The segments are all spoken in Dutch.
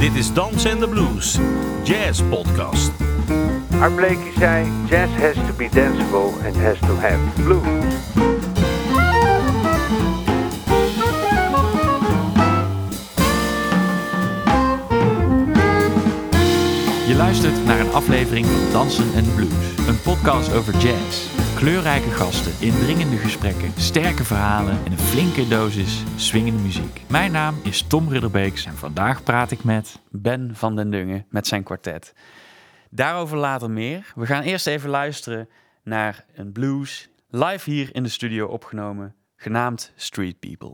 Dit is Dans and the Blues, Jazz Podcast. Art Blakey zei, jazz has to be danceable and has to have blues. Je luistert naar een aflevering van Dansen en Blues. Een podcast over jazz. Kleurrijke gasten, indringende gesprekken, sterke verhalen en een flinke dosis swingende muziek. Mijn naam is Tom Ridderbeeks en vandaag praat ik met Ben van den Dungen met zijn kwartet. Daarover later meer. We gaan eerst even luisteren naar een blues, live hier in de studio opgenomen, genaamd Street People.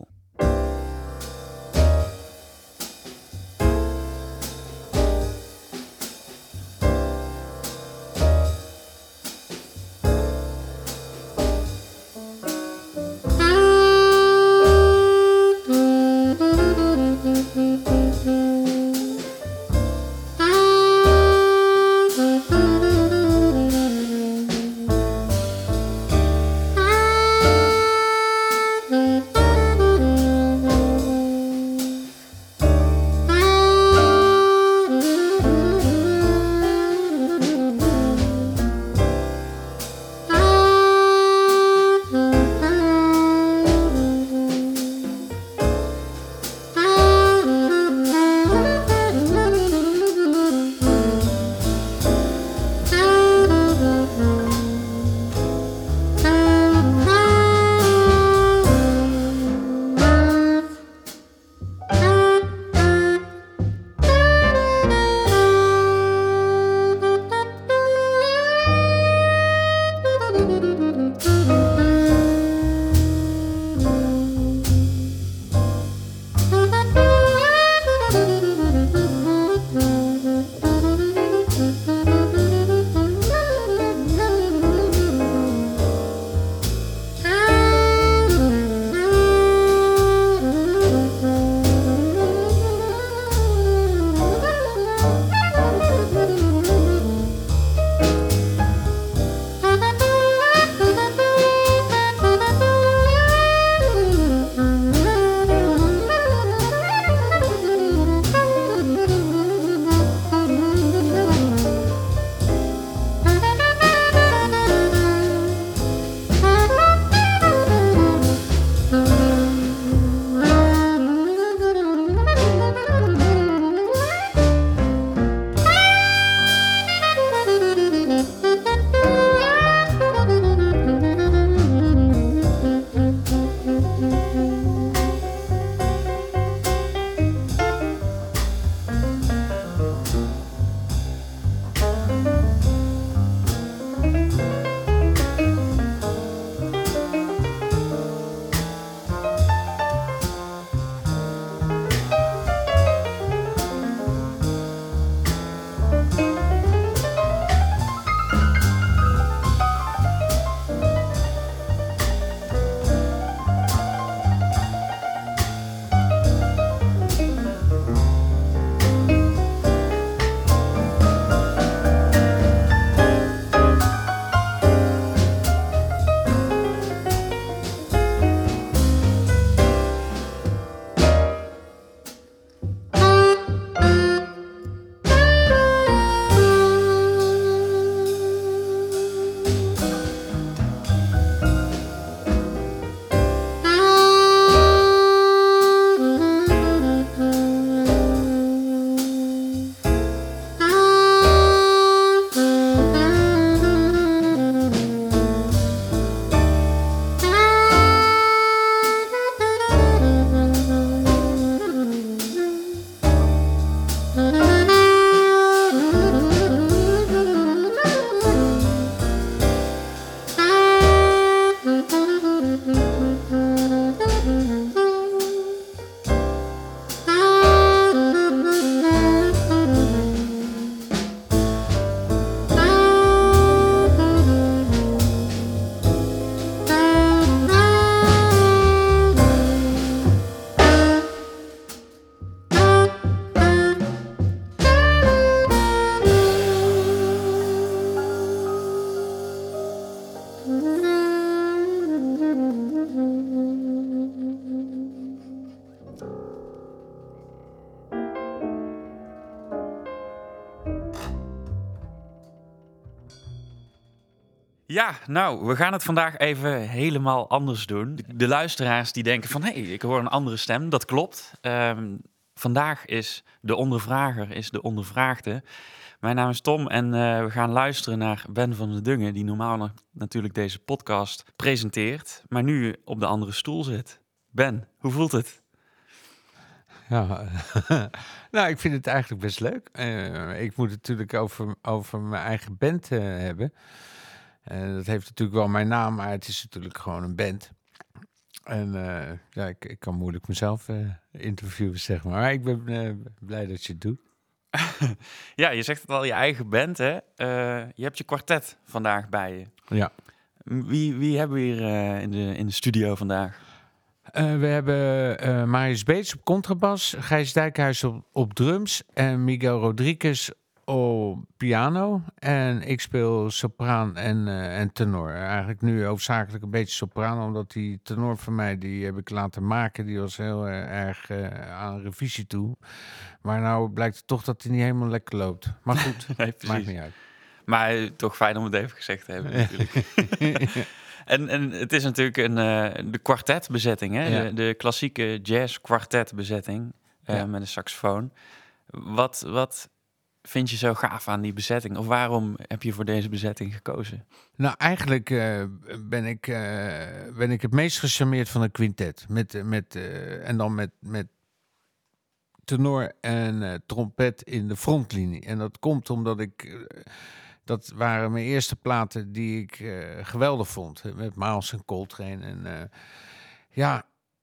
Ja, nou, we gaan het vandaag even helemaal anders doen. De luisteraars die denken van, hé, ik hoor een andere stem. Dat klopt. Vandaag is de ondervrager, is de ondervraagde. Mijn naam is Tom en we gaan luisteren naar Ben van der Dungen, die normaal natuurlijk deze podcast presenteert, maar nu op de andere stoel zit. Ben, hoe voelt het? Ja, nou, ik vind het eigenlijk best leuk. Ik moet het natuurlijk over mijn eigen band hebben. Dat heeft natuurlijk wel mijn naam, maar het is natuurlijk gewoon een band. En ja, ik kan moeilijk mezelf interviewen, zeg maar. Maar ik ben blij dat je het doet. Ja, je zegt het al, je eigen band, hè? Je hebt je kwartet vandaag bij je. Ja. Wie hebben we hier in de studio vandaag? We hebben Marius Beets op contrabas, Gijs Dijkhuis op drums en Miguel Rodriguez op piano. En ik speel sopraan en tenor. Eigenlijk nu hoofdzakelijk een beetje sopraan, omdat die tenor van mij, die heb ik laten maken. Die was heel erg aan revisie toe. Maar nou blijkt het toch dat hij niet helemaal lekker loopt. Maar goed, Nee, maakt niet uit. Maar toch fijn om het even gezegd te hebben natuurlijk. En het is natuurlijk de kwartetbezetting, hè? Ja. De klassieke jazz kwartetbezetting met een saxofoon. Wat vind je zo gaaf aan die bezetting? Of waarom heb je voor deze bezetting gekozen? Nou, eigenlijk ben ik het meest gecharmeerd van een quintet. En dan met tenor en trompet in de frontlinie. En dat komt omdat dat waren mijn eerste platen die ik geweldig vond. Met Miles en Coltrane. En ja,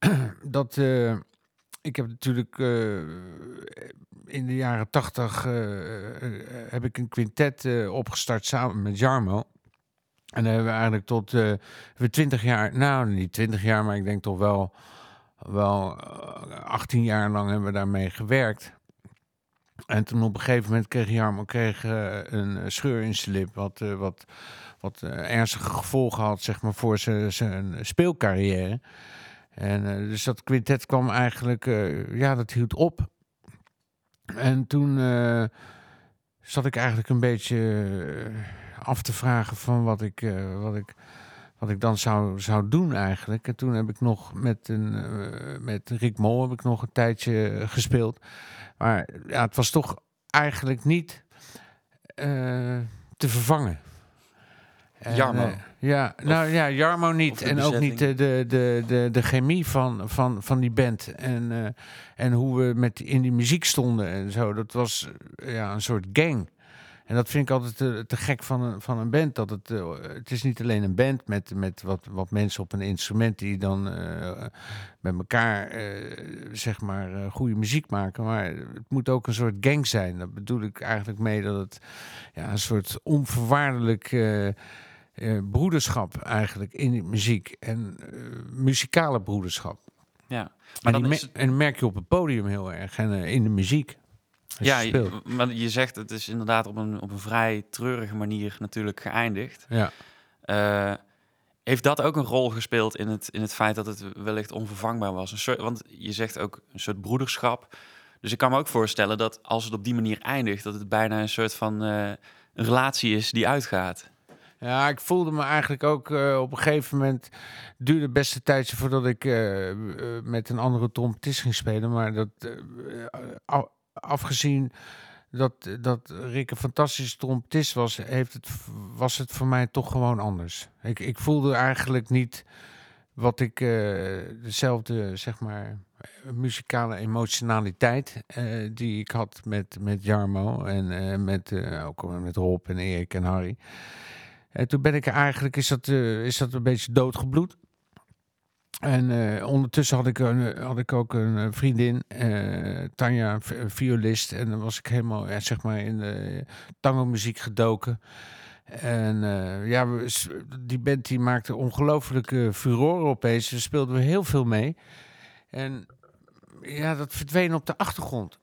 ik heb natuurlijk in de jaren 80 heb ik een quintet opgestart samen met Jarmo. En daar hebben we eigenlijk tot 20 jaar, nou niet 20 jaar, maar ik denk toch wel 18 jaar lang hebben we daarmee gewerkt. En toen op een gegeven moment kreeg Jarmo een scheur in zijn lip, wat ernstige gevolgen had, zeg maar, voor zijn speelcarrière. En dus dat quintet kwam eigenlijk, dat hield op. En toen zat ik eigenlijk een beetje af te vragen van wat ik dan zou doen eigenlijk. En toen heb ik nog met Rick Mol heb ik nog een tijdje gespeeld. Maar ja, het was toch eigenlijk niet te vervangen. Jarmo? Jarmo niet. En ook niet de chemie van die band. En hoe we in die muziek stonden en zo. Dat was een soort gang. En dat vind ik altijd te gek van een band. Dat het is niet alleen een band met wat mensen op een instrument die dan met elkaar zeg maar goede muziek maken. Maar het moet ook een soort gang zijn. Dat bedoel ik eigenlijk mee dat het een soort onvoorwaardelijk broederschap eigenlijk in de muziek. En muzikale broederschap. Ja, maar en dat merk je op het podium heel erg en in de muziek. Ja, maar je zegt het is inderdaad op een vrij treurige manier natuurlijk geëindigd. Ja. Heeft dat ook een rol gespeeld in het feit dat het wellicht onvervangbaar was? Want je zegt ook een soort broederschap. Dus ik kan me ook voorstellen dat als het op die manier eindigt, dat het bijna een soort van een relatie is die uitgaat. Ja, ik voelde me eigenlijk ook op een gegeven moment. Duurde best een tijdje voordat ik met een andere trompetist ging spelen. Maar afgezien dat Rick een fantastische trompetist was het voor mij toch gewoon anders. Ik voelde eigenlijk niet wat ik dezelfde, zeg maar, muzikale emotionaliteit die ik had met Jarmo en ook met Rob en Erik en Harry. En toen ben ik eigenlijk, is dat een beetje doodgebloed. En ondertussen had ik ook een vriendin, Tanja, violist. En dan was ik helemaal zeg maar in de tango-muziek gedoken. En die band die maakte ongelooflijke furoren opeens. Daar speelden we heel veel mee. En ja, dat verdween op de achtergrond.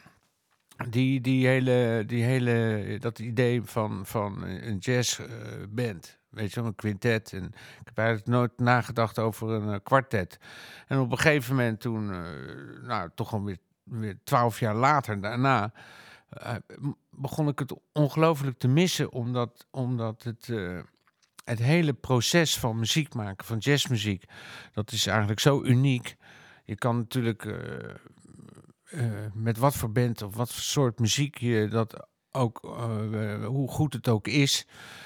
Dat idee van een jazzband. Weet je wel, een quintet. En ik heb eigenlijk nooit nagedacht over een kwartet. En op een gegeven moment toen, toch alweer 12 jaar later daarna, begon ik het ongelooflijk te missen. Omdat het het hele proces van muziek maken, van jazzmuziek, dat is eigenlijk zo uniek. Je kan natuurlijk met wat voor band of wat voor soort muziek je dat ook, hoe goed het ook is,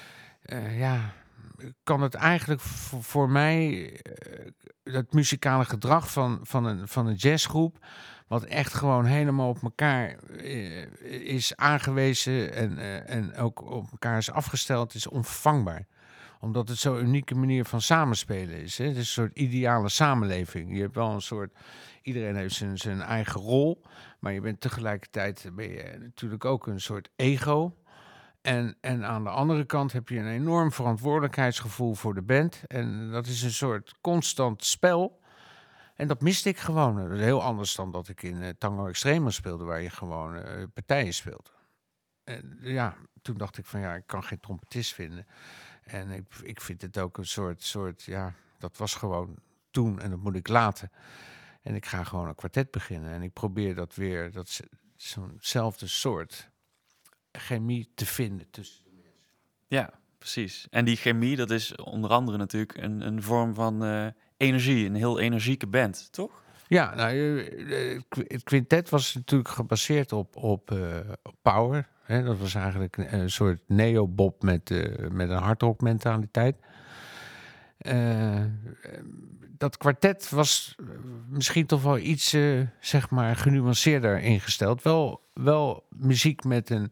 kan het eigenlijk voor mij het muzikale gedrag van een jazzgroep, wat echt gewoon helemaal op elkaar is aangewezen en ook op elkaar is afgesteld, is onvervangbaar. Omdat het zo'n unieke manier van samenspelen is. Hè? Het is een soort ideale samenleving. Je hebt wel een soort, iedereen heeft zijn eigen rol, maar je bent tegelijkertijd natuurlijk ook een soort ego. En aan de andere kant heb je een enorm verantwoordelijkheidsgevoel voor de band. En dat is een soort constant spel. En dat miste ik gewoon. Dat is heel anders dan dat ik in Tango Extremo speelde, waar je gewoon partijen speelt. En toen dacht ik van ik kan geen trompetist vinden. En ik vind het ook een soort, dat was gewoon toen en dat moet ik laten. En ik ga gewoon een kwartet beginnen. En ik probeer dat weer, zo'nzelfde soort chemie te vinden tussen de mensen. Ja, precies. En die chemie, dat is onder andere natuurlijk een vorm van energie. Een heel energieke band, toch? Ja, nou, het quintet was natuurlijk gebaseerd op power. Hè? Dat was eigenlijk een soort neo-bop met een hardrock mentaliteit. Dat kwartet was misschien toch wel iets, genuanceerder ingesteld. Wel muziek met een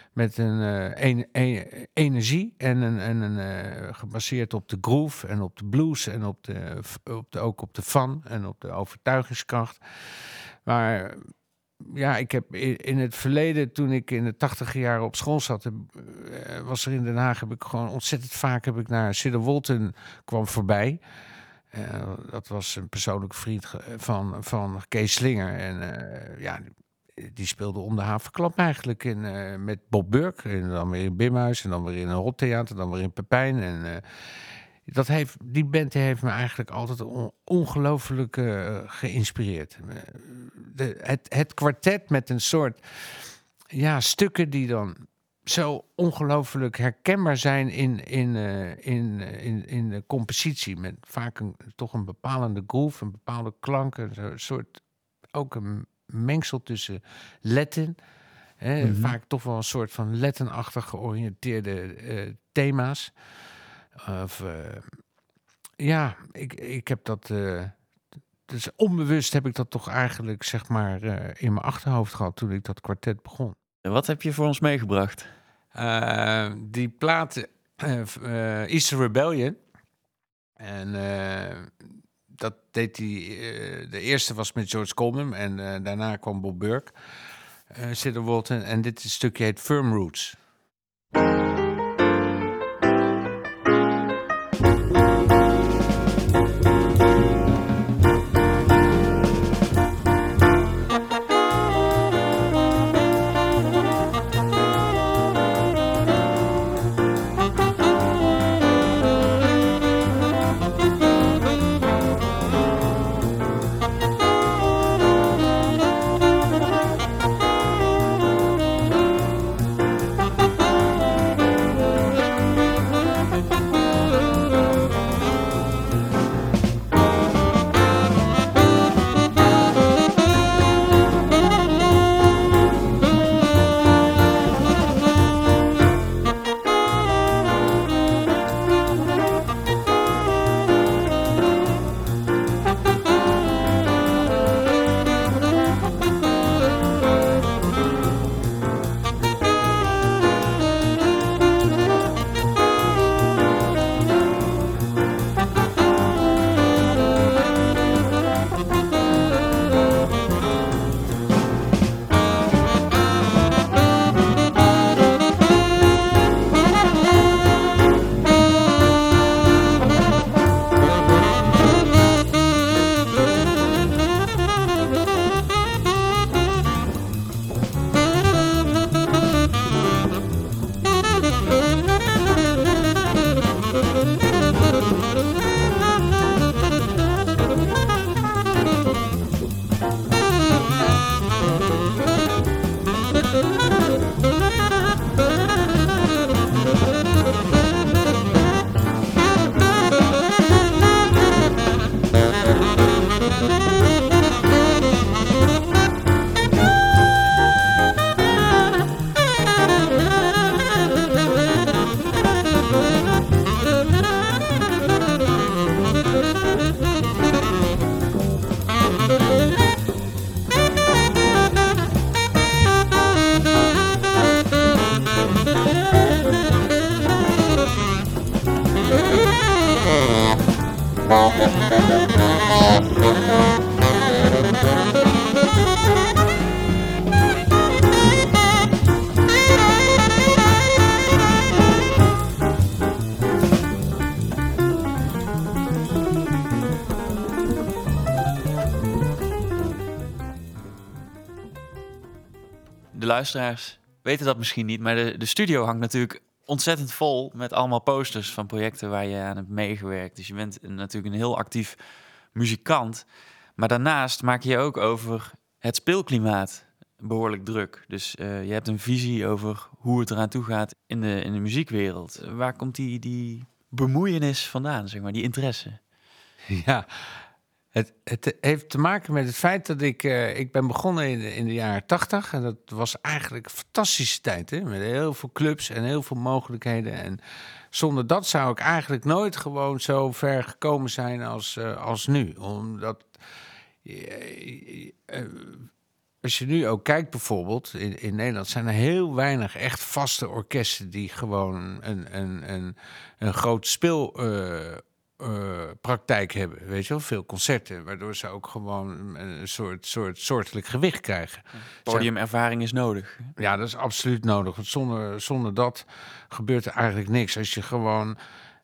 energie en gebaseerd op de groove en op de blues en ook op de fun en op de overtuigingskracht. Maar ik heb in het verleden, toen ik in de 80e jaren op school zat, was er in Den Haag, heb ik gewoon ontzettend vaak naar Cedar Walton kwam voorbij. Dat was een persoonlijk vriend van Kees Slinger. En die speelde om de havenklap eigenlijk met Bob Burke. En dan weer in Bimhuis en dan weer in een Hot Theater, dan weer in Pepijn. En die band heeft me eigenlijk altijd ongelooflijk geïnspireerd. Het kwartet met een soort stukken die dan zo ongelooflijk herkenbaar zijn in de compositie. Met vaak toch een bepalende groove, een bepaalde klank, een soort, ook een mengsel tussen Latin. Vaak toch wel een soort van Latin-achtig georiënteerde thema's. Ik heb dat. Dus onbewust heb ik dat toch eigenlijk in mijn achterhoofd gehad toen ik dat kwartet begon. En wat heb je voor ons meegebracht? Die plaat Easter Rebellion. En dat deed hij. De eerste was met George Coleman en daarna kwam Bob Burke, Cedar Walton. En dit stukje heet Firm Roots. De luisteraars weten dat misschien niet, maar de studio hangt natuurlijk ontzettend vol met allemaal posters van projecten waar je aan hebt meegewerkt. Dus je bent natuurlijk een heel actief muzikant. Maar daarnaast maak je ook over het speelklimaat behoorlijk druk. Dus je hebt een visie over hoe het eraan toe gaat in de muziekwereld. Waar komt die bemoeienis vandaan, zeg maar, die interesse? Ja, het heeft te maken met het feit dat ik ben begonnen in de jaren 80. En dat was eigenlijk een fantastische tijd. Hè? Met heel veel clubs en heel veel mogelijkheden. En zonder dat zou ik eigenlijk nooit gewoon zo ver gekomen zijn als nu. Omdat als je nu ook kijkt bijvoorbeeld, in Nederland zijn er heel weinig echt vaste orkesten die gewoon een groot speelpraktijk hebben. Weet je wel, veel concerten, waardoor ze ook gewoon een soortelijk gewicht krijgen. Podiumervaring is nodig. Ja, dat is absoluut nodig. Want zonder dat gebeurt er eigenlijk niks. Als je gewoon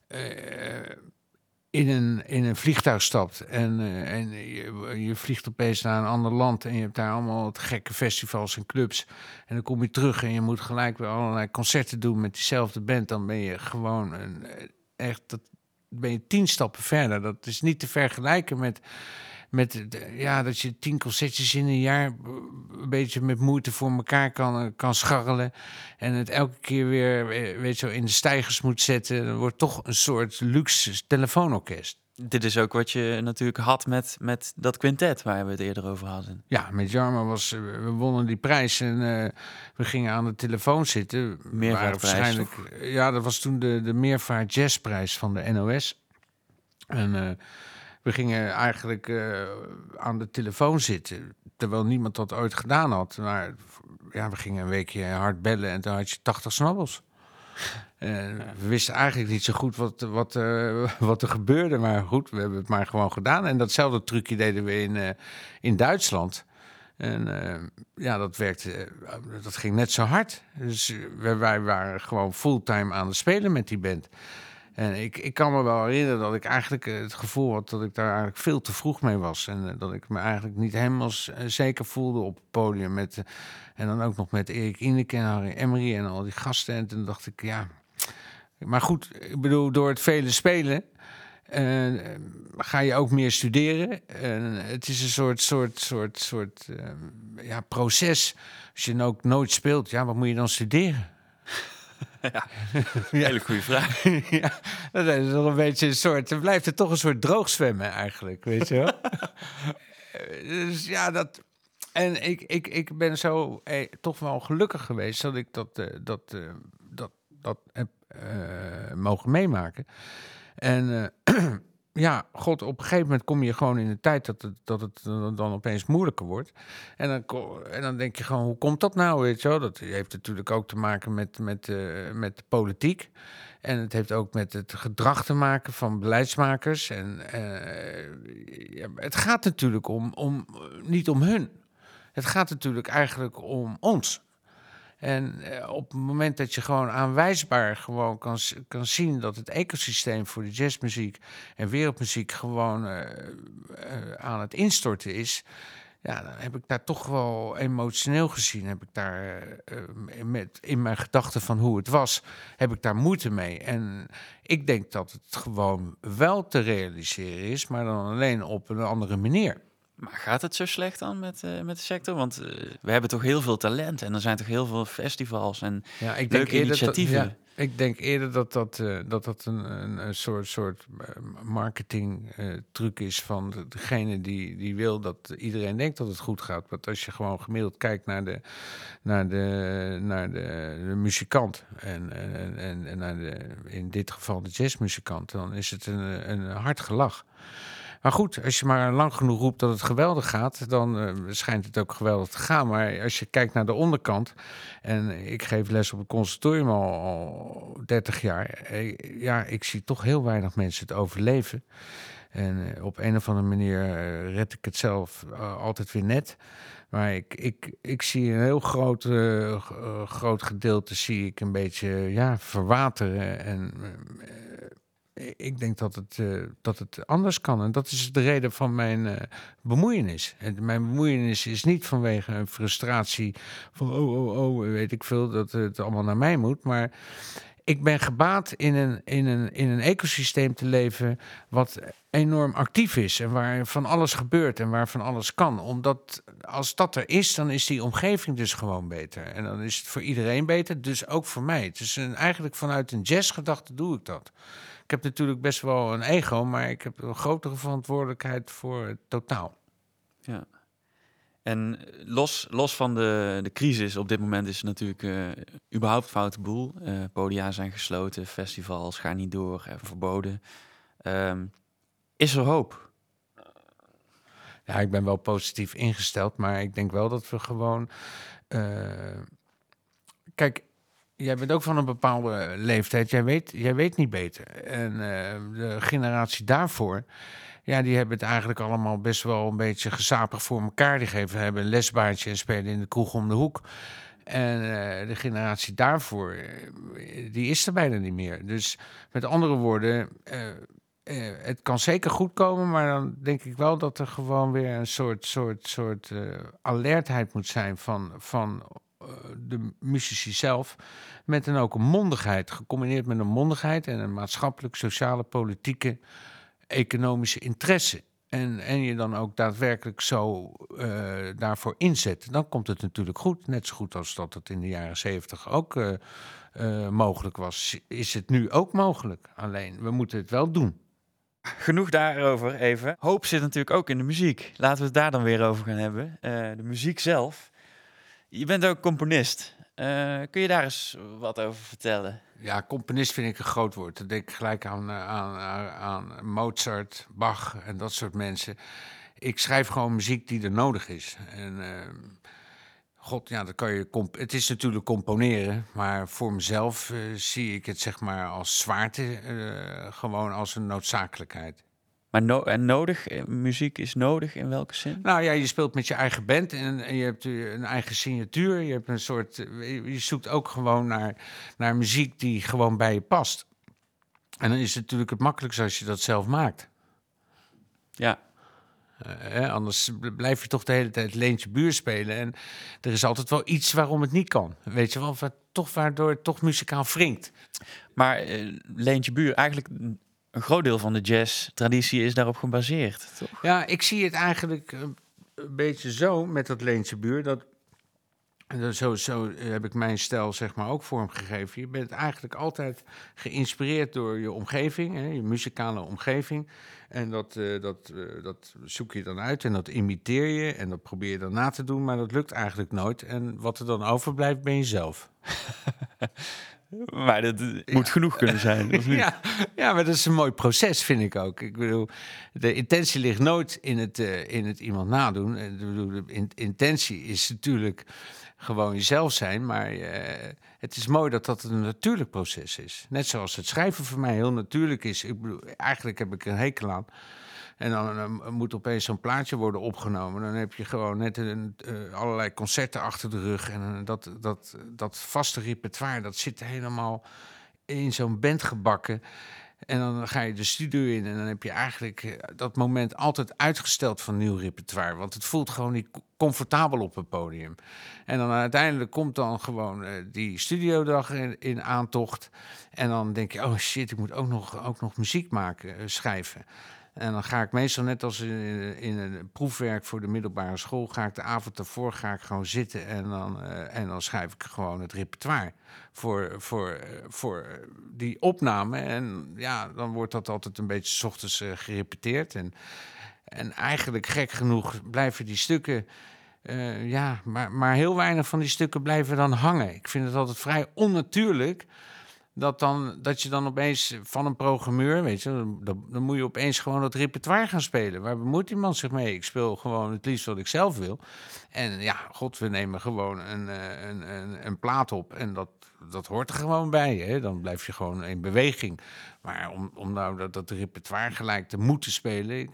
in een vliegtuig stapt en je vliegt opeens naar een ander land en je hebt daar allemaal wat gekke festivals en clubs en dan kom je terug en je moet gelijk weer allerlei concerten doen met diezelfde band, dan ben je gewoon ben je 10 stappen verder. Dat is niet te vergelijken met dat je 10 concertjes in een jaar een beetje met moeite voor elkaar kan scharrelen. En het elke keer weer, weet je, in de stijgers moet zetten. Dan wordt toch een soort luxe telefoonorkest. Dit is ook wat je natuurlijk had met dat quintet waar we het eerder over hadden. Ja, met Jarmo we wonnen die prijs en we gingen aan de telefoon zitten. Meervaartprijs, ja, dat was toen de Meervaart Jazzprijs van de NOS. En we gingen eigenlijk aan de telefoon zitten, terwijl niemand dat ooit gedaan had. Maar ja, we gingen een weekje hard bellen en toen had je 80 snabbels. We wisten eigenlijk niet zo goed wat er gebeurde, maar goed, we hebben het maar gewoon gedaan. En datzelfde trucje deden we in Duitsland. En dat werkte, dat ging net zo hard. Dus wij waren gewoon fulltime aan het spelen met die band. En ik kan me wel herinneren dat ik eigenlijk het gevoel had dat ik daar eigenlijk veel te vroeg mee was. En dat ik me eigenlijk niet helemaal zeker voelde op het podium. En dan ook nog met Erik Ineke en Harry Emery en al die gasten. En toen dacht ik, ja. Maar goed, ik bedoel, door het vele spelen ga je ook meer studeren. Het is een soort proces. Als je ook nooit speelt, ja, wat moet je dan studeren? Ja, hele goede vraag. Ja, dat is nog een beetje een soort. Dan blijft het toch een soort droogzwemmen eigenlijk, weet je wel? Dus ja, dat. En ik ben zo toch wel gelukkig geweest dat ik dat heb mogen meemaken. En ja, god, op een gegeven moment kom je gewoon in de tijd dat het dan opeens moeilijker wordt. En dan denk je gewoon, hoe komt dat nou, weet je wel? Dat heeft natuurlijk ook te maken met de politiek. En het heeft ook met het gedrag te maken van beleidsmakers. En het gaat natuurlijk niet om hun. Het gaat natuurlijk eigenlijk om ons. En op het moment dat je gewoon aanwijsbaar gewoon kan zien dat het ecosysteem voor de jazzmuziek en wereldmuziek gewoon aan het instorten is, ja, dan heb ik daar toch wel emotioneel gezien, heb ik daar in mijn gedachten van hoe het was, heb ik daar moeite mee. En ik denk dat het gewoon wel te realiseren is, maar dan alleen op een andere manier. Maar gaat het zo slecht dan met de sector? Want we hebben toch heel veel talent en er zijn toch heel veel festivals en leuke initiatieven. Ik denk eerder dat een soort marketing truc is van degene die wil dat iedereen denkt dat het goed gaat. Want als je gewoon gemiddeld kijkt naar de muzikant en naar in dit geval de jazzmuzikant, dan is het een hard gelach. Maar goed, als je maar lang genoeg roept dat het geweldig gaat, dan schijnt het ook geweldig te gaan. Maar als je kijkt naar de onderkant, en ik geef les op het conservatorium al 30 jaar. Ja, ik zie toch heel weinig mensen het overleven. En op een of andere manier red ik het zelf altijd weer net. Maar ik zie een heel groot gedeelte zie ik een beetje verwateren. En ik denk dat het anders kan. En dat is de reden van mijn bemoeienis. En mijn bemoeienis is niet vanwege een frustratie van weet ik veel, dat het allemaal naar mij moet. Maar ik ben gebaat in een ecosysteem te leven wat enorm actief is en waar van alles gebeurt en waar van alles kan. Omdat als dat er is, dan is die omgeving dus gewoon beter. En dan is het voor iedereen beter, dus ook voor mij. Dus eigenlijk vanuit een jazzgedachte doe ik dat. Ik heb natuurlijk best wel een ego, maar ik heb een grotere verantwoordelijkheid voor het totaal. Ja. En los van de crisis op dit moment is het natuurlijk überhaupt foute boel. Podia zijn gesloten, festivals gaan niet door, verboden. Is er hoop? Ja, ik ben wel positief ingesteld, maar ik denk wel dat we gewoon... Kijk, jij bent ook van een bepaalde leeftijd. Jij weet niet beter. En de generatie daarvoor... Ja, die hebben het eigenlijk allemaal best wel een beetje gezapig voor elkaar. Hebben een lesbaantje en spelen in de kroeg om de hoek. En de generatie daarvoor, die is er bijna niet meer. Dus met andere woorden, het kan zeker goed komen, maar dan denk ik wel dat er gewoon weer een soort alertheid moet zijn van de muzici zelf. Met dan ook een mondigheid, gecombineerd met een mondigheid en een maatschappelijk, sociale, politieke, economische interesse. En je dan ook daadwerkelijk zo daarvoor inzet. Dan komt het natuurlijk goed. Net zo goed als dat het in de jaren 70 ook mogelijk was. Is het nu ook mogelijk. Alleen, we moeten het wel doen. Genoeg daarover even. Hoop zit natuurlijk ook in de muziek. Laten we het daar dan weer over gaan hebben. De muziek zelf. Je bent ook componist. Kun je daar eens wat over vertellen? Ja, componist vind ik een groot woord. Dan denk ik gelijk aan Mozart, Bach en dat soort mensen. Ik schrijf gewoon muziek die er nodig is. En dat kan je... Het is natuurlijk componeren, maar voor mezelf zie ik het zeg maar als zwaarte, gewoon als een noodzakelijkheid. Maar nodig, muziek is nodig in welke zin? Nou ja, je speelt met je eigen band en je hebt een eigen signatuur. Je hebt een soort... Je zoekt ook gewoon naar muziek die gewoon bij je past. En dan is het natuurlijk het makkelijkste als je dat zelf maakt. Ja. Anders blijf je toch de hele tijd Leentje Buur spelen. En er is altijd wel iets waarom het niet kan. Weet je wel, waardoor het toch muzikaal wringt. Maar Leentje Buur, eigenlijk... Een groot deel van de jazz-traditie is daarop gebaseerd, toch? Ja, ik zie het eigenlijk een beetje zo met dat Leentje Buur. Zo heb ik mijn stijl zeg maar ook vormgegeven. Je bent eigenlijk altijd geïnspireerd door je omgeving, je muzikale omgeving. En dat zoek je dan uit en dat imiteer je en dat probeer je dan na te doen. Maar dat lukt eigenlijk nooit. En wat er dan overblijft ben je zelf. Maar dat moet genoeg kunnen zijn, of niet? Ja, maar dat is een mooi proces, vind ik ook. Ik bedoel, de intentie ligt nooit in het iemand nadoen. De intentie is natuurlijk gewoon jezelf zijn, maar het is mooi dat dat een natuurlijk proces is. Net zoals het schrijven voor mij heel natuurlijk is. Ik bedoel, eigenlijk heb ik er een hekel aan. En dan moet opeens zo'n plaatje worden opgenomen. Dan heb je gewoon net allerlei concerten achter de rug. En dat vaste repertoire, dat zit helemaal in zo'n band gebakken. En dan ga je de studio in en dan heb je eigenlijk dat moment altijd uitgesteld van nieuw repertoire. Want het voelt gewoon niet comfortabel op het podium. En dan uiteindelijk komt dan gewoon die studiodag in aantocht. En dan denk je, oh shit, ik moet ook nog muziek maken, schrijven. En dan ga ik meestal net als in een proefwerk voor de middelbare school... ga ik de avond ervoor gewoon zitten en dan schrijf ik gewoon het repertoire voor die opname. En ja, dan wordt dat altijd een beetje 's ochtends gerepeteerd. En eigenlijk gek genoeg blijven die stukken... maar heel weinig van die stukken blijven dan hangen. Ik vind het altijd vrij onnatuurlijk... dat je dan opeens van een programmeur, weet je, dan moet je opeens gewoon dat repertoire gaan spelen. Waar bemoeit die man zich mee? Ik speel gewoon het liefst wat ik zelf wil. En ja, god, we nemen gewoon een plaat op en dat hoort er gewoon bij. Hè? Dan blijf je gewoon in beweging. Maar om nou dat repertoire gelijk te moeten spelen,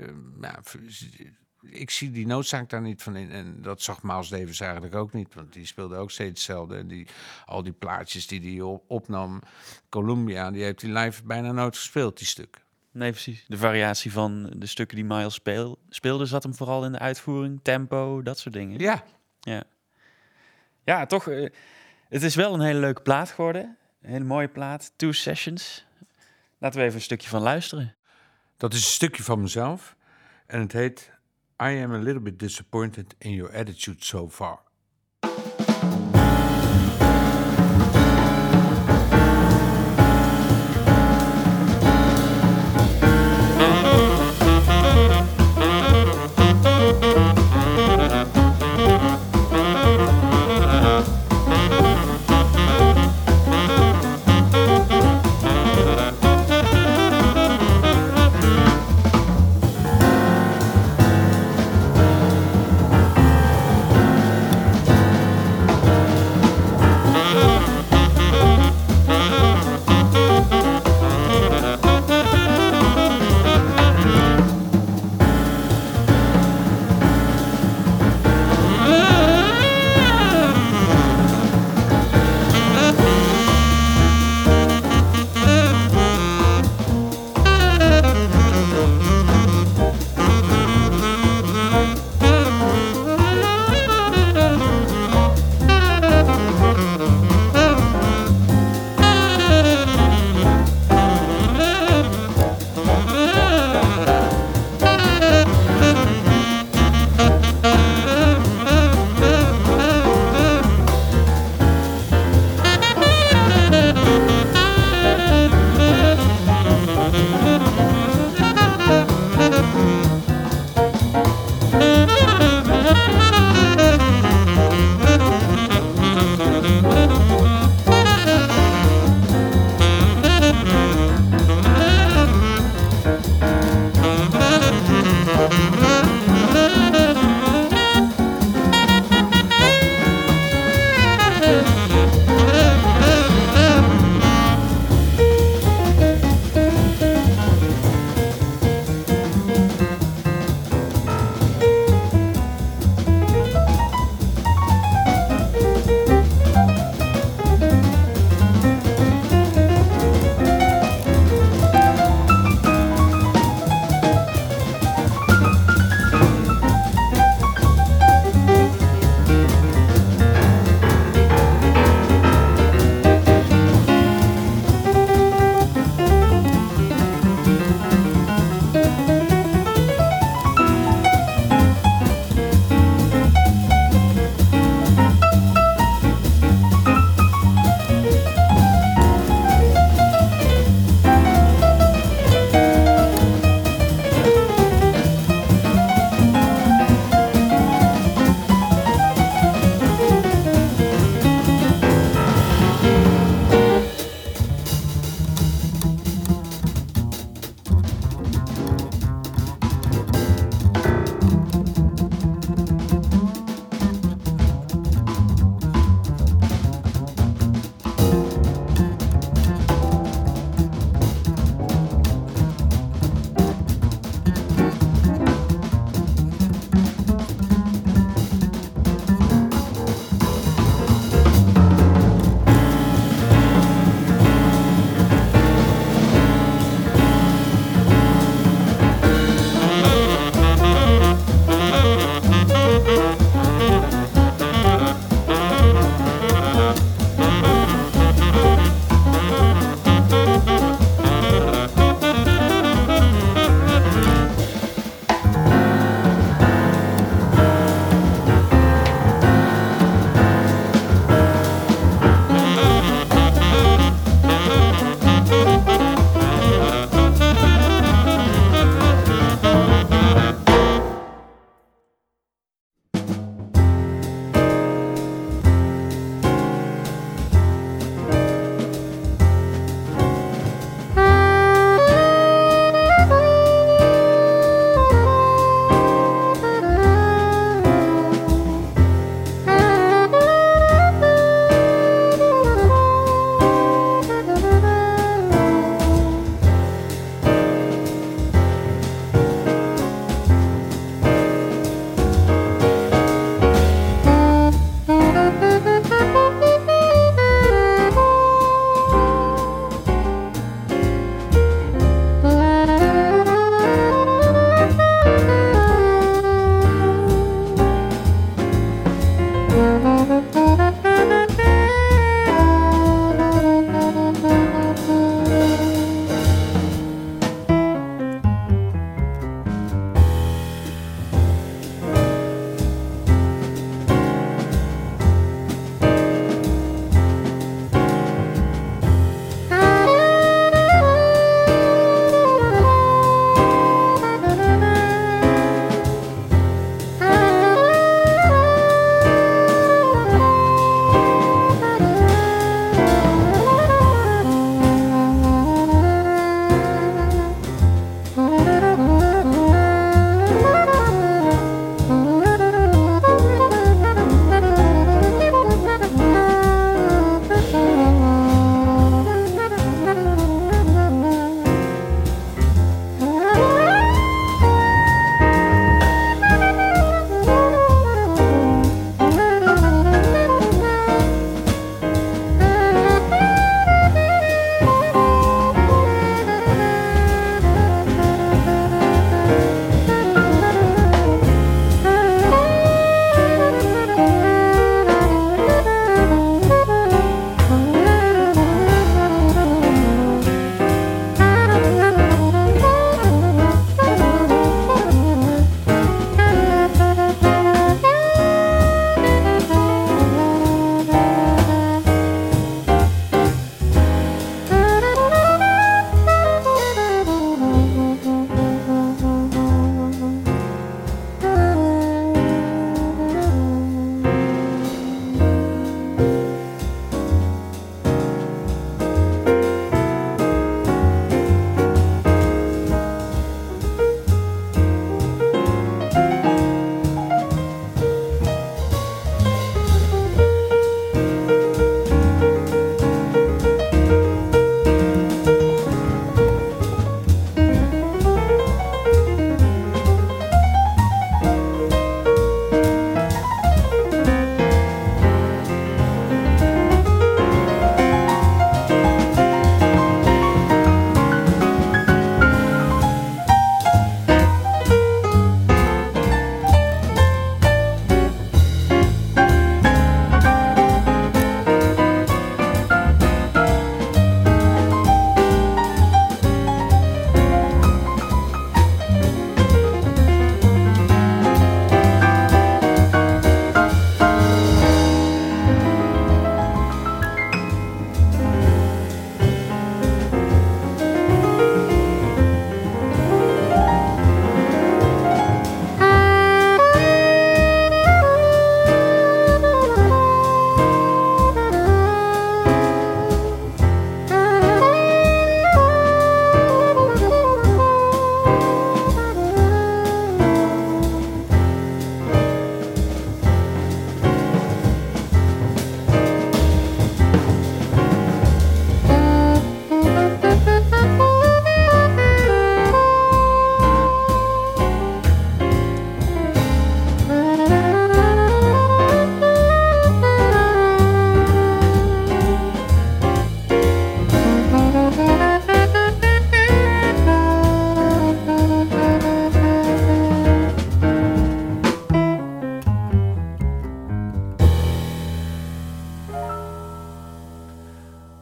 ik zie die noodzaak daar niet van in. En dat zag Miles Davis eigenlijk ook niet. Want die speelde ook steeds hetzelfde. En al die plaatjes die hij opnam, Columbia, die heeft hij live bijna nooit gespeeld, die stukken. Nee, precies. De variatie van de stukken die Miles speelde zat hem vooral in de uitvoering, tempo, dat soort dingen. Ja. Ja, toch. Het is wel een hele leuke plaat geworden. Een hele mooie plaat. 2 Sessions. Laten we even een stukje van luisteren. Dat is een stukje van mezelf. En het heet I am a little bit disappointed in your attitude so far.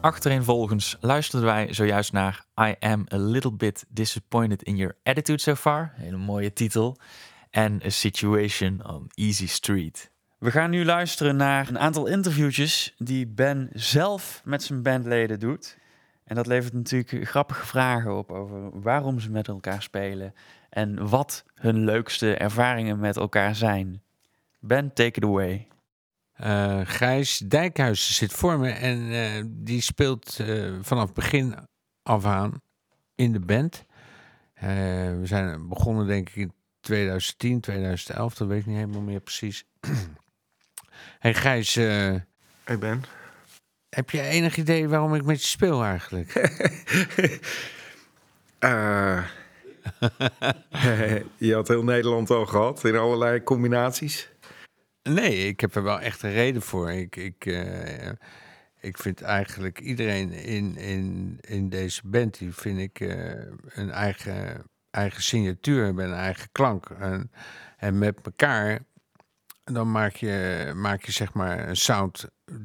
achtereenvolgens luisterden wij zojuist naar I Am A Little Bit Disappointed in Your Attitude So Far. Hele mooie titel. En A Situation on Easy Street. We gaan nu luisteren naar een aantal interviewtjes die Ben zelf met zijn bandleden doet. En dat levert natuurlijk grappige vragen op over waarom ze met elkaar spelen en wat hun leukste ervaringen met elkaar zijn. Ben, take it away. Gijs Dijkhuizen zit voor me en die speelt vanaf begin af aan in de band. We zijn begonnen denk ik in 2010, 2011, dat weet ik niet helemaal meer precies. Hey Gijs, Hey Ben. heb je enig idee waarom ik met je speel eigenlijk? Je had heel Nederland al gehad in allerlei combinaties. Nee, ik heb er wel echt een reden voor. Ik vind eigenlijk iedereen in deze band, die vind ik een eigen signatuur hebben, een eigen klank. En met elkaar, dan maak je zeg maar een sound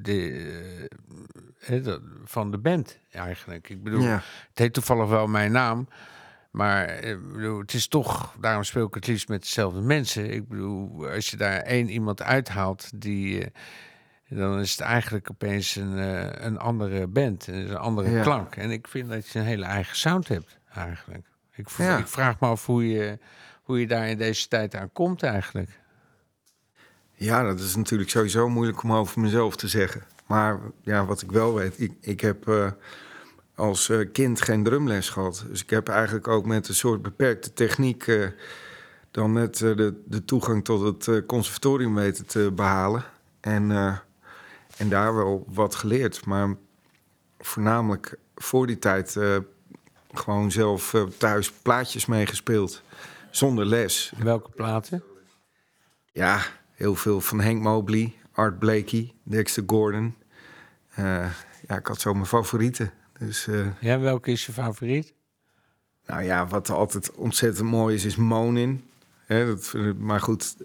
van de band eigenlijk. Ik bedoel, Ja. Het heet toevallig wel mijn naam. Maar het is toch, daarom speel ik het liefst met dezelfde mensen. Ik bedoel, als je daar iemand uithaalt, dan is het eigenlijk opeens een andere band, een andere klank. En ik vind dat je een hele eigen sound hebt, eigenlijk. Ik vraag me af hoe je daar in deze tijd aan komt, eigenlijk. Ja, dat is natuurlijk sowieso moeilijk om over mezelf te zeggen. Maar ja, wat ik wel weet, ik heb als kind geen drumles gehad. Dus ik heb eigenlijk ook met een soort beperkte techniek dan net de toegang tot het conservatorium weten te behalen. En daar wel wat geleerd. Maar voornamelijk voor die tijd gewoon zelf thuis plaatjes meegespeeld. Zonder les. Welke platen? Ja, heel veel van Hank Mobley, Art Blakey, Dexter Gordon. Ja, ik had zo mijn favorieten. Dus, ja, welke is je favoriet? nou ja, wat altijd ontzettend mooi is Moanin'. Maar goed,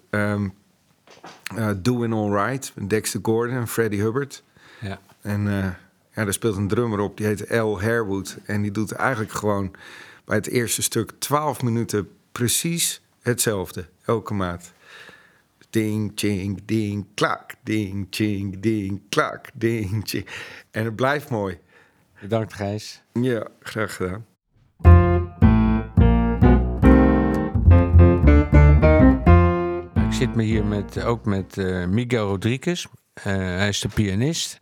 Doing All Right, Dexter Gordon en Freddie Hubbard. Ja. En ja, daar speelt een drummer op, die heet Al Harewood. En die doet eigenlijk gewoon bij het eerste stuk 12 minuten precies hetzelfde, elke maat. Ding, ching, ding, klak. Ding, ching, ding, klak. Ding, ching. En het blijft mooi. Bedankt, Gijs. Ja, graag gedaan. Ik zit me hier ook met Miguel Rodriguez. Hij is de pianist.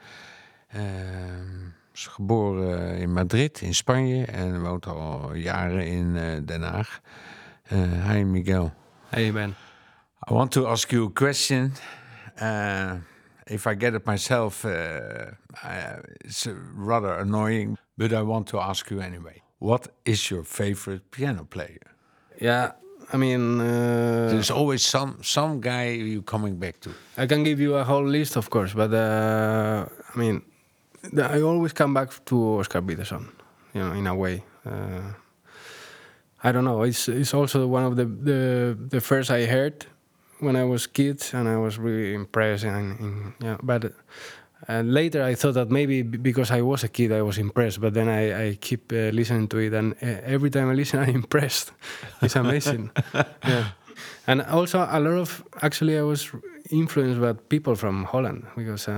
Is geboren in Madrid, in Spanje. En woont al jaren in Den Haag. Hi, Miguel. Hey, Ben. I want to ask you a question. If I get it myself, it's rather annoying, but I want to ask you anyway. What is your favorite piano player? Yeah, I mean... There's always some guy you're coming back to. I can give you a whole list, of course, but I mean, I always come back to Oscar Peterson, you know, in a way. I don't know, it's also one of the first I heard when I was kid, and I was really impressed. But later I thought that maybe because I was a kid I was impressed, but then I keep listening to it, and every time I listen I'm impressed. It's amazing. Yeah. And also a lot of, actually I was influenced by people from Holland, because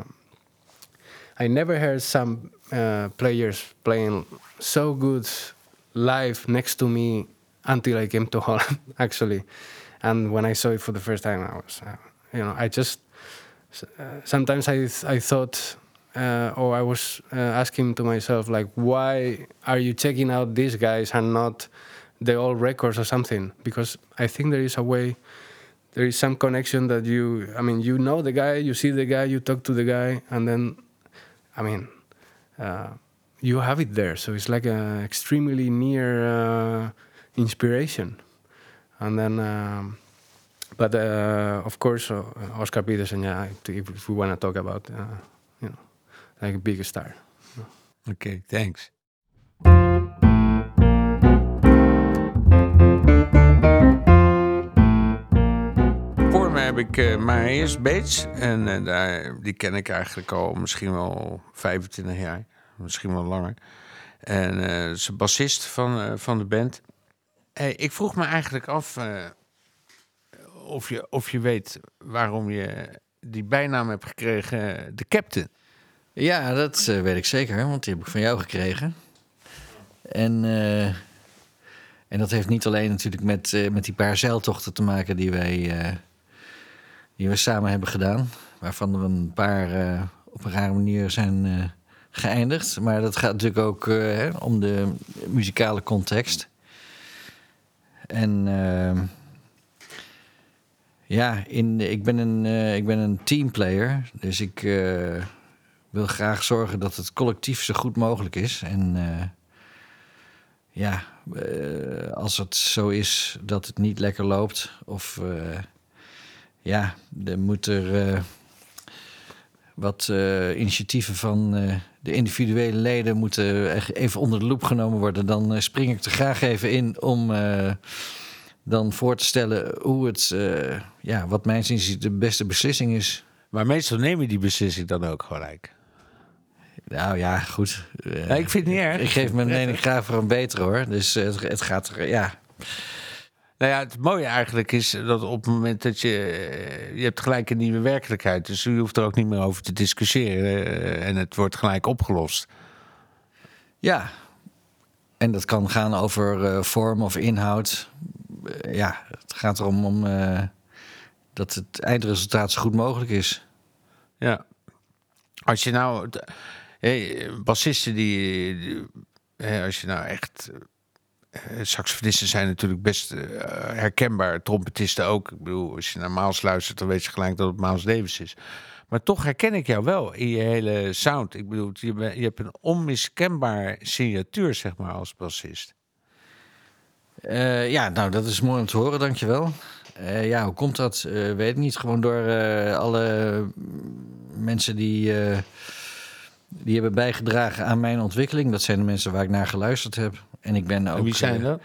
I never heard some players playing so good live next to me until I came to Holland, actually. And when I saw it for the first time, I was, I just, sometimes I thought, or I was asking to myself, like, why are you checking out these guys and not the old records or something? Because I think there is a way, there is some connection that you know the guy, you see the guy, you talk to the guy, and then, you have it there. So it's like an extremely near inspiration. And then, of course, Oscar Peterson, yeah, if we want to talk about, like a big star. Okay, thanks. Voor me heb ik Marius Bates. En die ken ik eigenlijk al misschien wel 25 jaar. misschien wel langer. En is een bassist van de band. Ik vroeg me eigenlijk af of je weet waarom je die bijnaam hebt gekregen, de Captain. Ja, dat weet ik zeker, want die heb ik van jou gekregen. En dat heeft niet alleen natuurlijk met die paar zeiltochten te maken die we samen hebben gedaan. Waarvan er een paar op een rare manier zijn geëindigd. Maar dat gaat natuurlijk ook om de muzikale context. En ik ben een teamplayer. Dus ik wil graag zorgen dat het collectief zo goed mogelijk is. En als het zo is dat het niet lekker loopt, of dan moet er wat initiatieven van de individuele leden moeten even onder de loep genomen worden. Dan spring ik er graag even in om dan voor te stellen hoe het, wat mijn zin de beste beslissing is. Maar meestal neem je die beslissing dan ook gelijk. Nou ja, goed. Ik vind het niet erg. Ik geef mijn mening graag voor een betere, hoor. Dus het gaat er, ja. Nou ja, het mooie eigenlijk is dat op het moment dat je hebt gelijk een nieuwe werkelijkheid. Dus je hoeft er ook niet meer over te discussiëren. En het wordt gelijk opgelost. Ja. En dat kan gaan over vorm of inhoud. Het gaat erom dat het eindresultaat zo goed mogelijk is. Ja. Als je nou... bassisten als je nou echt... saxofonisten zijn natuurlijk best herkenbaar. Trompetisten ook. Ik bedoel, als je naar Miles luistert, dan weet je gelijk dat het Miles Davis is. Maar toch herken ik jou wel in je hele sound. Ik bedoel, je hebt een onmiskenbaar signatuur, zeg maar, als bassist. Dat is mooi om te horen, dankjewel. Hoe komt dat? Weet ik niet. Gewoon door alle mensen die hebben bijgedragen aan mijn ontwikkeling. Dat zijn de mensen waar ik naar geluisterd heb. En ik ben ook... En wie zijn dat?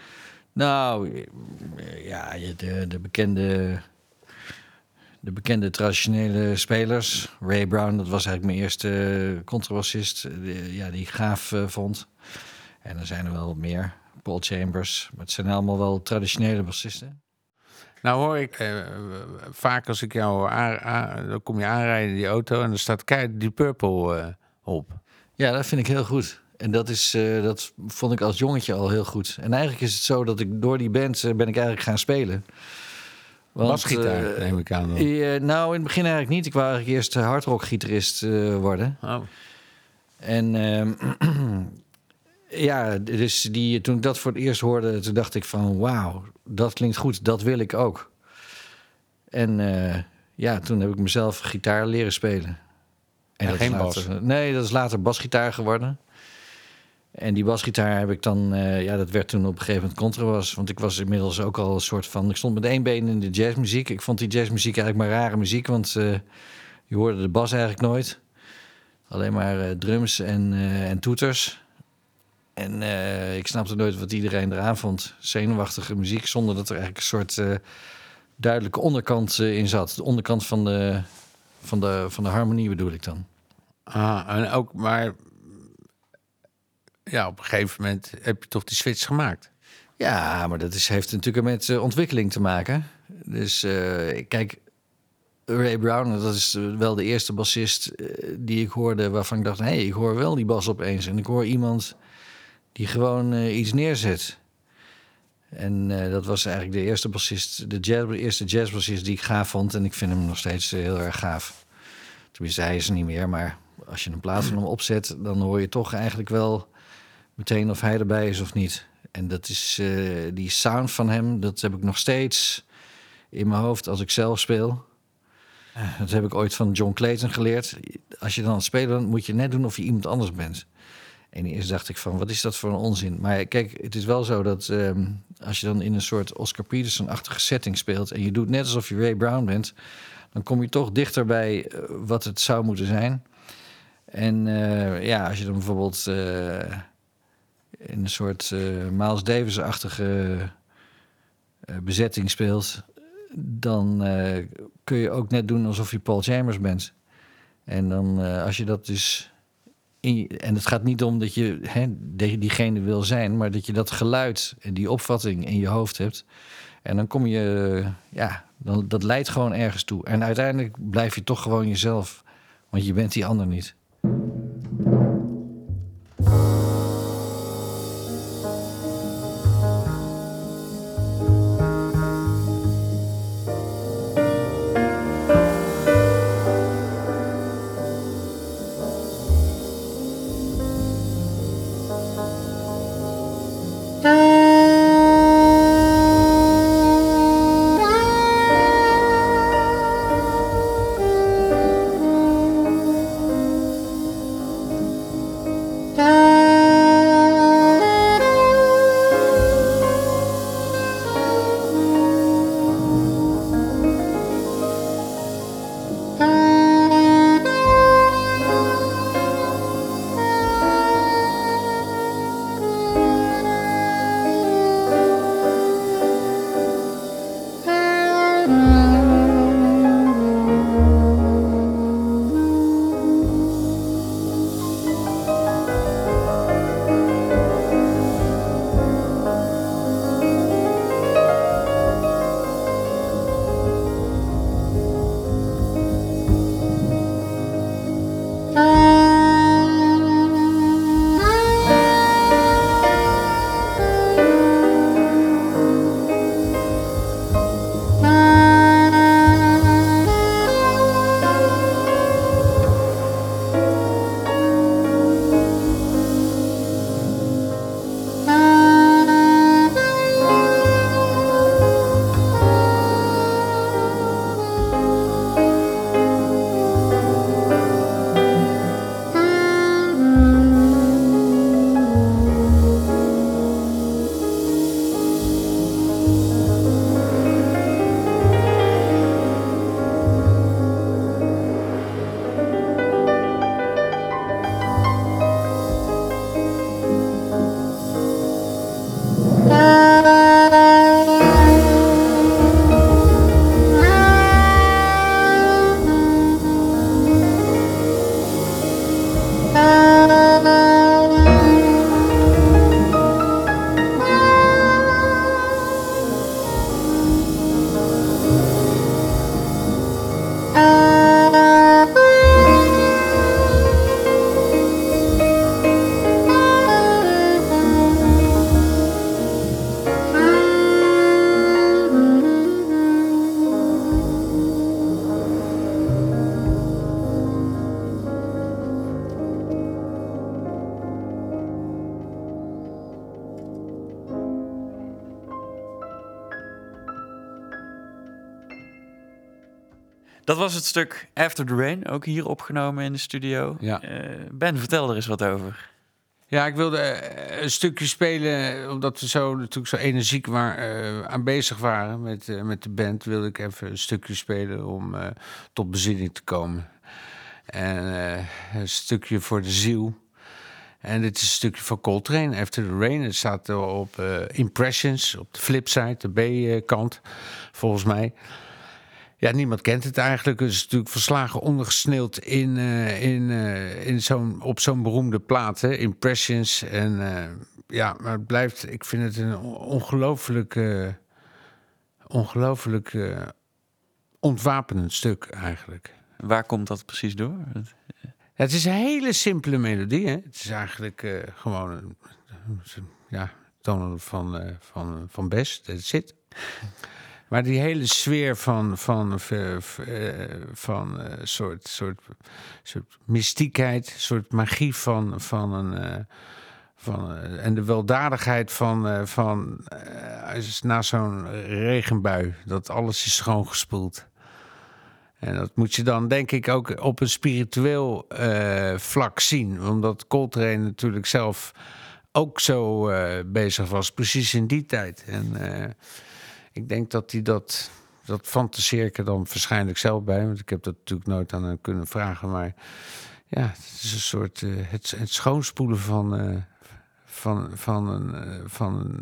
De bekende traditionele spelers. Ray Brown, dat was eigenlijk mijn eerste contrabassist. Die ik gaaf vond. En er zijn er wel meer. Paul Chambers. Maar het zijn allemaal wel traditionele bassisten. Nou hoor ik vaak als ik jou dan kom je aanrijden in die auto en er staat keihard die Purple op. Ja, dat vind ik heel goed. En dat vond ik als jongetje al heel goed. En eigenlijk is het zo dat ik door die band ben ik eigenlijk gaan spelen. Basgitaar, neem ik aan. In het begin eigenlijk niet. Ik wou eigenlijk eerst hardrock-gitarist worden. Oh. En dus toen ik dat voor het eerst hoorde, toen dacht ik van wauw, dat klinkt goed, dat wil ik ook. En toen heb ik mezelf gitaar leren spelen. En geen bas? Nee, dat is later basgitaar geworden. En die basgitaar heb ik dan... dat werd toen op een gegeven moment contrabas. Want ik was inmiddels ook al een soort van... Ik stond met één been in de jazzmuziek. Ik vond die jazzmuziek eigenlijk maar rare muziek. Want je hoorde de bas eigenlijk nooit. Alleen maar drums en toeters. En ik snapte nooit wat iedereen eraan vond. Zenuwachtige muziek, zonder dat er eigenlijk een soort duidelijke onderkant in zat. De onderkant van de harmonie bedoel ik dan. En ook, maar... Ja, op een gegeven moment heb je toch die switch gemaakt. Ja, maar dat heeft natuurlijk met ontwikkeling te maken. Dus kijk, Ray Brown, dat is wel de eerste bassist die ik hoorde... waarvan ik dacht, ik hoor wel die bas opeens. En ik hoor iemand die gewoon iets neerzet. En dat was eigenlijk de eerste bassist, de eerste jazzbassist die ik gaaf vond. En ik vind hem nog steeds heel erg gaaf. Tenminste, hij is er niet meer, maar als je een plaat van hem opzet... dan hoor je toch eigenlijk wel... meteen of hij erbij is of niet. En dat is die sound van hem, dat heb ik nog steeds in mijn hoofd als ik zelf speel. Dat heb ik ooit van John Clayton geleerd. Als je dan aan het spelen bent, moet je net doen of je iemand anders bent. En eerst dacht ik van, wat is dat voor een onzin? Maar kijk, het is wel zo dat als je dan in een soort Oscar Peterson-achtige setting speelt... en je doet net alsof je Ray Brown bent... dan kom je toch dichter bij wat het zou moeten zijn. En als je dan bijvoorbeeld... in een soort Miles Davis-achtige bezetting speelt... dan kun je ook net doen alsof je Paul Chambers bent. En dan als je dat dus en het gaat niet om dat je diegene wil zijn, maar dat je dat geluid en die opvatting in je hoofd hebt. En dan kom je, dat leidt gewoon ergens toe. En uiteindelijk blijf je toch gewoon jezelf, want je bent die ander niet. Dat was het stuk After the Rain, ook hier opgenomen in de studio. Ja. Ben, vertel er eens wat over. Ja, ik wilde een stukje spelen, omdat we natuurlijk zo energiek aan bezig waren met de band. Wilde ik even een stukje spelen om tot bezinning te komen. En een stukje voor de ziel. En dit is een stukje van Coltrane, After the Rain. Het staat op Impressions, op de flipside, de B-kant, volgens mij. Ja, niemand kent het eigenlijk. Het is natuurlijk verslagen ondergesneeuwd op zo'n beroemde plaat, hè? Impressions. En maar het blijft, ik vind het een ongelooflijk ontwapenend stuk eigenlijk. Waar komt dat precies door? Ja, het is een hele simpele melodie, hè? Het is eigenlijk gewoon tonen van Best, that's it. Maar die hele sfeer van soort mystiekheid, soort magie en de weldadigheid van na zo'n regenbui, dat alles is schoongespoeld. En dat moet je dan denk ik ook op een spiritueel vlak zien, omdat Coltrane natuurlijk zelf ook zo bezig was, precies in die tijd. En ik denk dat hij dat fantaseer ik er dan waarschijnlijk zelf bij. Want ik heb dat natuurlijk nooit aan hem kunnen vragen. Maar ja, het is een soort het schoonspoelen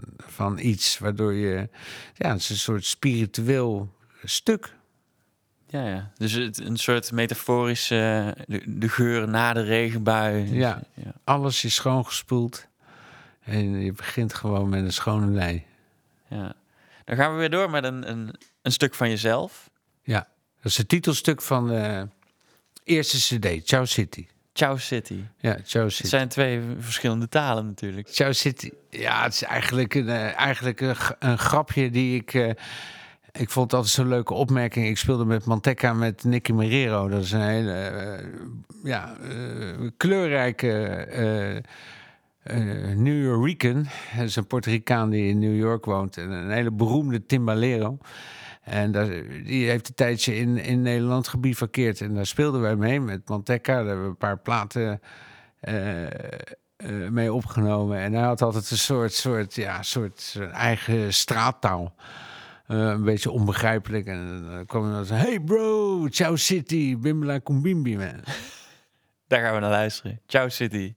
van iets. Waardoor je... Ja, het is een soort spiritueel stuk. Ja. Dus een soort metaforische... de geur na de regenbui. Ja. Alles is schoongespoeld. En je begint gewoon met een schone lei. Ja. Dan gaan we weer door met een stuk van jezelf. Ja, dat is het titelstuk van de eerste cd, Ciao City. Ciao City. Ja, Ciao City. Het zijn 2 verschillende talen natuurlijk. Ciao City. Ja, het is eigenlijk een grapje die ik vond altijd zo'n leuke opmerking. Ik speelde met Manteca met Nicky Marrero. Dat is een hele kleurrijke New Yorker. Dat is een Puerto Ricaan die in New York woont. En een hele beroemde timbalero. En die heeft een tijdje in Nederland gebivakkeerd. En daar speelden wij mee met Manteca. Daar hebben we een paar platen mee opgenomen. En hij had altijd een soort eigen straattaal. Een beetje onbegrijpelijk. En dan kwam hij dan zo... Hey bro, Ciao City, Bimbala Kumbimbi, man. Daar gaan we naar luisteren. Ciao City.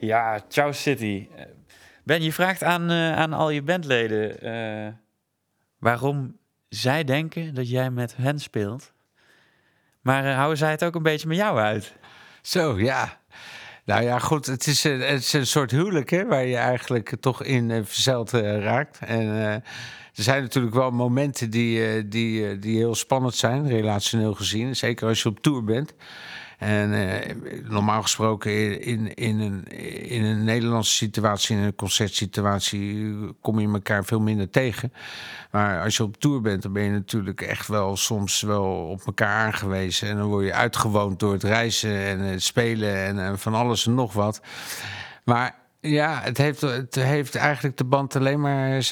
Ja, Ciao City. Ben, je vraagt aan al je bandleden waarom zij denken dat jij met hen speelt. Maar houden zij het ook een beetje met jou uit? Zo, ja. Nou ja, goed, het is een soort huwelijk, hè, waar je eigenlijk toch in verzeild raakt. En er zijn natuurlijk wel momenten die heel spannend zijn, relationeel gezien. Zeker als je op tour bent. En normaal gesproken in een Nederlandse situatie, in een concertsituatie, kom je elkaar veel minder tegen. Maar als je op tour bent, dan ben je natuurlijk echt wel soms wel op elkaar aangewezen. En dan word je uitgewoond door het reizen en het spelen en van alles en nog wat. Maar ja, het heeft eigenlijk de band alleen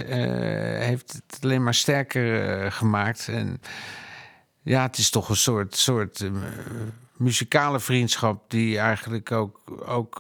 maar sterker gemaakt. En ja, het is toch een soort muzikale vriendschap die eigenlijk ook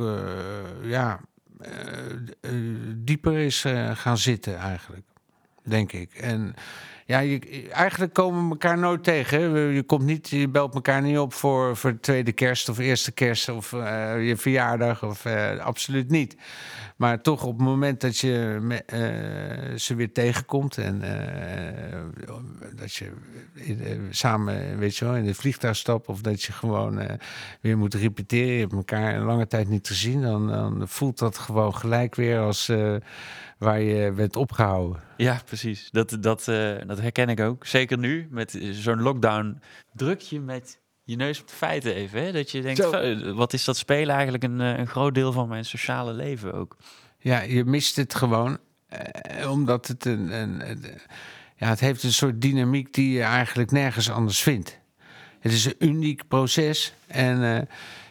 dieper is gaan zitten eigenlijk, denk ik. En ja, eigenlijk komen we elkaar nooit tegen. Hè? Je belt elkaar niet op voor de tweede kerst of eerste kerst of je verjaardag of absoluut niet. Maar toch op het moment dat je ze weer tegenkomt en dat je samen, weet je wel, in het vliegtuig stapt of dat je gewoon weer moet repeteren, je hebt elkaar een lange tijd niet gezien, dan voelt dat gewoon gelijk weer als waar je bent opgehouden. Ja, precies. Dat herken ik ook. Zeker nu, met zo'n lockdown, druk je met je neus op de feiten even. Hè? Dat je denkt, wat is dat spelen eigenlijk een groot deel van mijn sociale leven ook. Ja, je mist het gewoon. Omdat het het heeft een soort dynamiek die je eigenlijk nergens anders vindt. Het is een uniek proces. En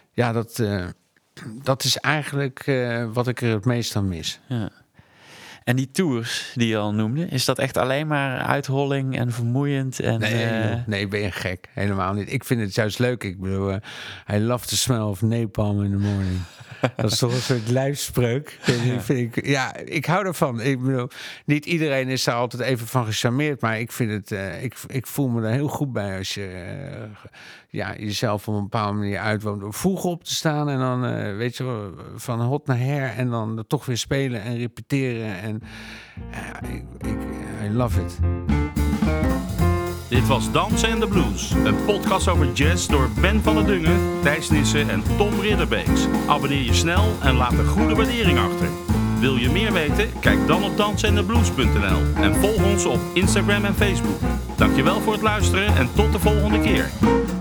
dat is eigenlijk wat ik er het meest aan mis. Ja. En die tours die je al noemde, is dat echt alleen maar uitholling en vermoeiend? En, nee, ben je gek. Helemaal niet. Ik vind het juist leuk. Ik bedoel, I love the smell of napalm in the morning. Dat is toch een soort lijfspreuk. Ik hou ervan. Ik bedoel, niet iedereen is daar altijd even van gecharmeerd, maar ik vind het, ik voel me er heel goed bij als je jezelf op een bepaalde manier uitwoont door vroeg op te staan en dan weet je wel, van hot naar her en dan toch weer spelen en repeteren en I love it. Dit was Dansen en de Blues, een podcast over jazz door Ben van der Dungen, Thijs Nissen en Tom Ridderbeeks. Abonneer je snel en laat een goede waardering achter. Wil je meer weten? Kijk dan op dansenendeblues.nl en volg ons op Instagram en Facebook. Dankjewel voor het luisteren en tot de volgende keer.